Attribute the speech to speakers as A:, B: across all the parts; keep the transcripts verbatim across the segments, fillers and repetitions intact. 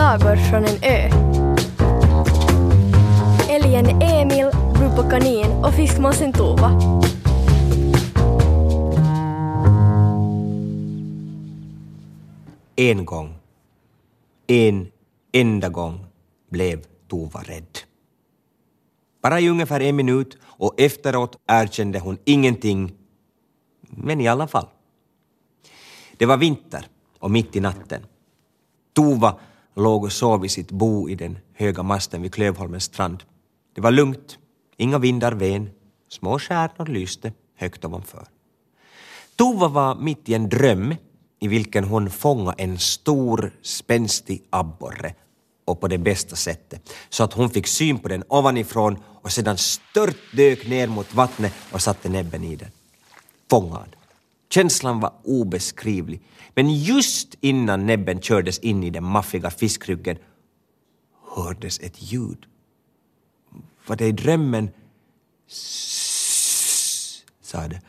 A: sagor från en ö. Älgen Emil, Bubba kanin och fiskmåsen Tova.
B: En gång, en enda gång blev Tova rädd. Bara i ungefär en minut och efteråt erkände hon ingenting, men i alla fall. Det var vinter och mitt i natten. Tova låg och sov i sitt bo i den höga masten vid Klövholmens strand. Det var lugnt, inga vindar ven, små stjärnor lyste högt ovanför. Tova var mitt i en dröm i vilken hon fångade en stor spänstig abborre och på det bästa sättet, så att hon fick syn på den ovanifrån och sedan stört dök ner mot vattnet och satte näbben i den. Fångad. Känslan var obeskrivlig, men just innan näbben kördes in i den maffiga fiskryggen hördes ett ljud. Var det i drömmen? Sss, sa det.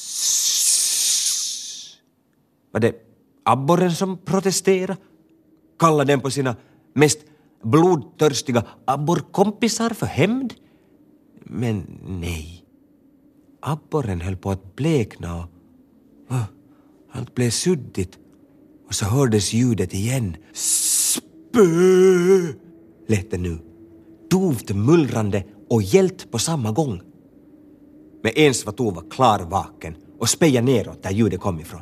B: Sss. Var det abborren som protesterade? Kallade den på sina mest blodtörstiga abborrkompisar för hämnd? Men nej. Abborren höll på att blekna och oh, allt blev suddigt. Och så hördes ljudet igen. Spö! Lät det nu. Dovt mullrande och hjält på samma gång. Men ens var Tova klar vaken och speja neråt där ljudet kom ifrån.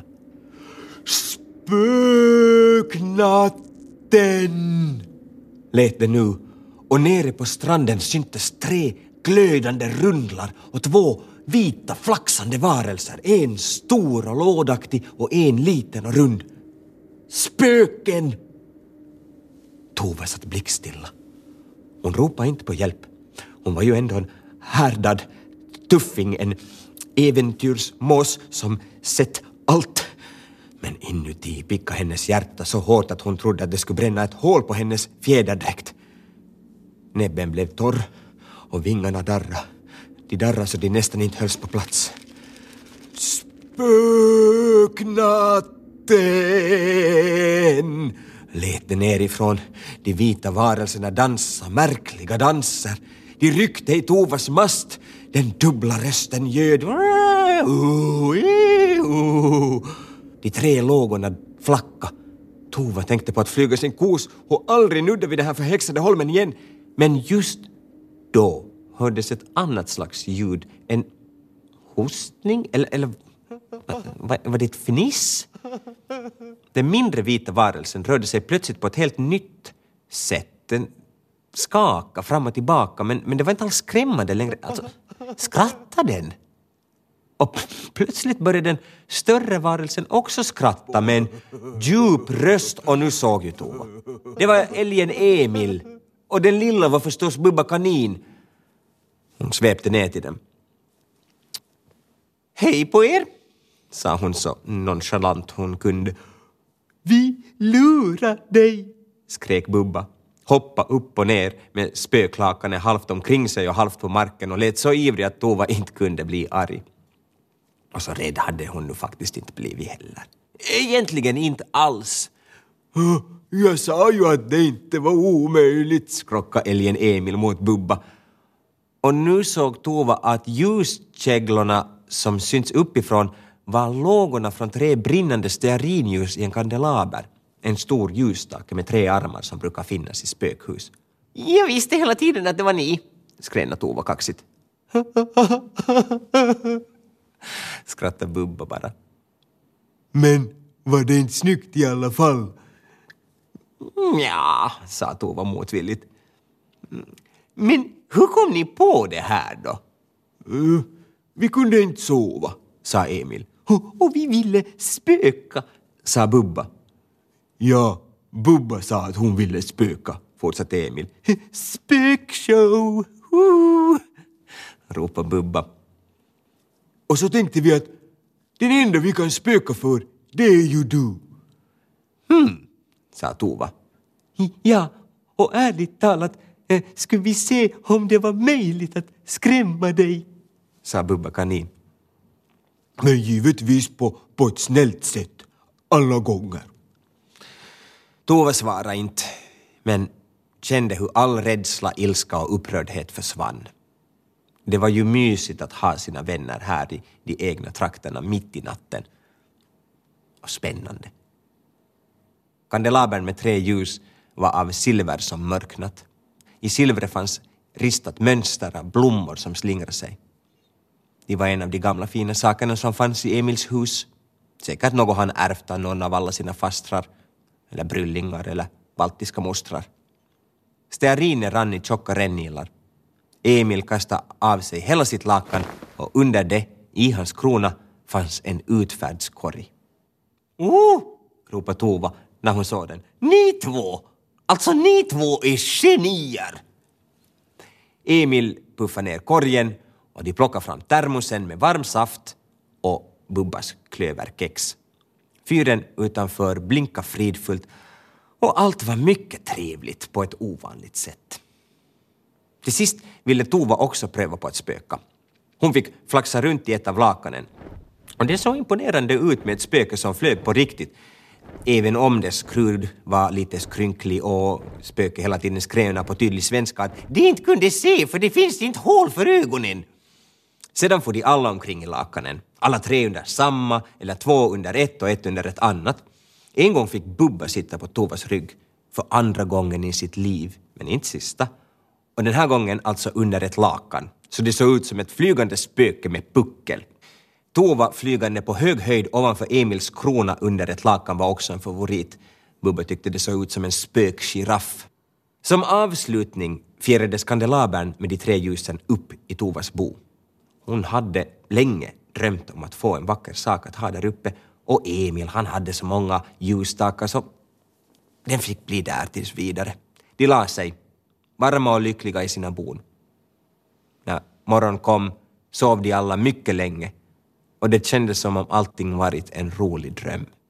B: Spöknatten! Lät det nu. Och nere på stranden syntes tre glödande rundlar och två vita flaxande varelser. En stor och lådaktig och en liten och rund. Spöken! Tova satt blickstilla. Hon ropade inte på hjälp. Hon var ju ändå en härdad tuffing, en äventyrsmås som sett allt. Men inuti pickade hennes hjärta så hårt att hon trodde att det skulle bränna ett hål på hennes fjäderdräkt. Näbben blev torr och vingarna darra. De darra så de nästan inte hölls på plats. Spöknatten! Lät det nerifrån. De vita varelserna dansa märkliga danser. De ryckte i Tovas mast. Den dubbla rösten ljöd. De tre lågorna flacka. Tova tänkte på att flyga sin kos och aldrig nudda vid den här förhäxade holmen igen. Men just då hördes ett annat slags ljud. En hostning? Eller, eller var, var det ett fniss? Den mindre vita varelsen rörde sig plötsligt på ett helt nytt sätt. Den skakade fram och tillbaka, men, men det var inte alls skrämmande längre. Alltså, skrattade den? Och plötsligt började den större varelsen också skratta med en djup röst, och nu såg ju Tova. Det var älgen Emil, och den lilla var förstås Bubba kanin. Hon svepte ner till dem. Hej på er, sa hon så nonchalant hon kunde. Vi lurar dig, skrek Bubba. Hoppa upp och ner med spöklakanen halvt omkring sig och halvt på marken och lät så ivrig att Tova inte kunde bli arg. Och så rädd hade hon nu faktiskt inte blivit heller. Egentligen inte alls. Jag sa ju att det inte var omöjligt, skrockade älgen Emil mot Bubba. Och nu såg Tova att ljuskäglorna som syns uppifrån var lågorna från tre brinnande stearinljus i en kandelaber. En stor ljusstake med tre armar som brukar finnas i spökhus. Jag visste hela tiden att det var ni, skränade Tova kaxigt. Skrattade Bubba bara. Men var det inte snyggt i alla fall? Ja, sa Tova motvilligt. Men hur kom ni på det här då? Uh, vi kunde inte sova, sa Emil. Och, och vi ville spöka, sa Bubba. Ja, Bubba sa att hon ville spöka, fortsatte Emil. Spökshow! Uh, ropade Bubba. Och så tänkte vi att den enda vi kan spöka för, det är ju du. Hmm, sa Tova. Ja, och ärligt talat eh, skulle vi se om det var möjligt att skrämma dig, sa Bubba kanin. Men givetvis på, på ett snällt sätt, alla gånger. Tova svarade inte, men kände hur all rädsla, ilska och upprördhet försvann. Det var ju mysigt att ha sina vänner här i de egna trakterna mitt i natten. Och spännande. Kandelabern med tre ljus var av silver som mörknat. I silvret fanns ristat mönster av blommor som slingrade sig. Det var en av de gamla fina sakerna som fanns i Emils hus. Säkert något han ärvt av någon av alla sina fastrar, eller bryllingar eller baltiska mostrar. Steariner rann i tjocka rännilar. Emil kastade av sig hela sitt lakan och under det, i hans krona, fanns en utfärdskorg. Oh! ropade Tova när hon såg den. Ni två! Alltså ni två är genier! Emil puffade ner korgen och de plockade fram termosen med varm saft och Bubbas klöverkex. Fyren utanför blinkade fridfullt och allt var mycket trevligt på ett ovanligt sätt. Till sist ville Tova också pröva på att spöka. Hon fick flaxa runt i ett av lakanen. Och det såg imponerande ut med ett spöke som flög på riktigt. Även om dess krud var lite skrynklig och spöke hela tiden skrev på tydlig svenska att de inte kunde se för det finns inte hål för ögonen. Sedan får de alla omkring i lakanen. Alla tre under samma eller två under ett och ett under ett annat. En gång fick Bubba sitta på Tovas rygg för andra gången i sitt liv, men inte sista. Och den här gången alltså under ett lakan. Så det såg ut som ett flygande spöke med puckel. Tova flygande på hög höjd ovanför Emils krona under ett lakan var också en favorit. Bubba tyckte det såg ut som en spökgiraff. Som avslutning fjärrades kandelabern med de tre ljusen upp i Tovas bo. Hon hade länge drömt om att få en vacker sak att ha där uppe. Och Emil, han hade så många ljusstakar så den fick bli där tills vidare. De la sig, varma och lyckliga i sina bon. När morgon kom sov de alla mycket länge och det kändes som om allting varit en rolig dröm.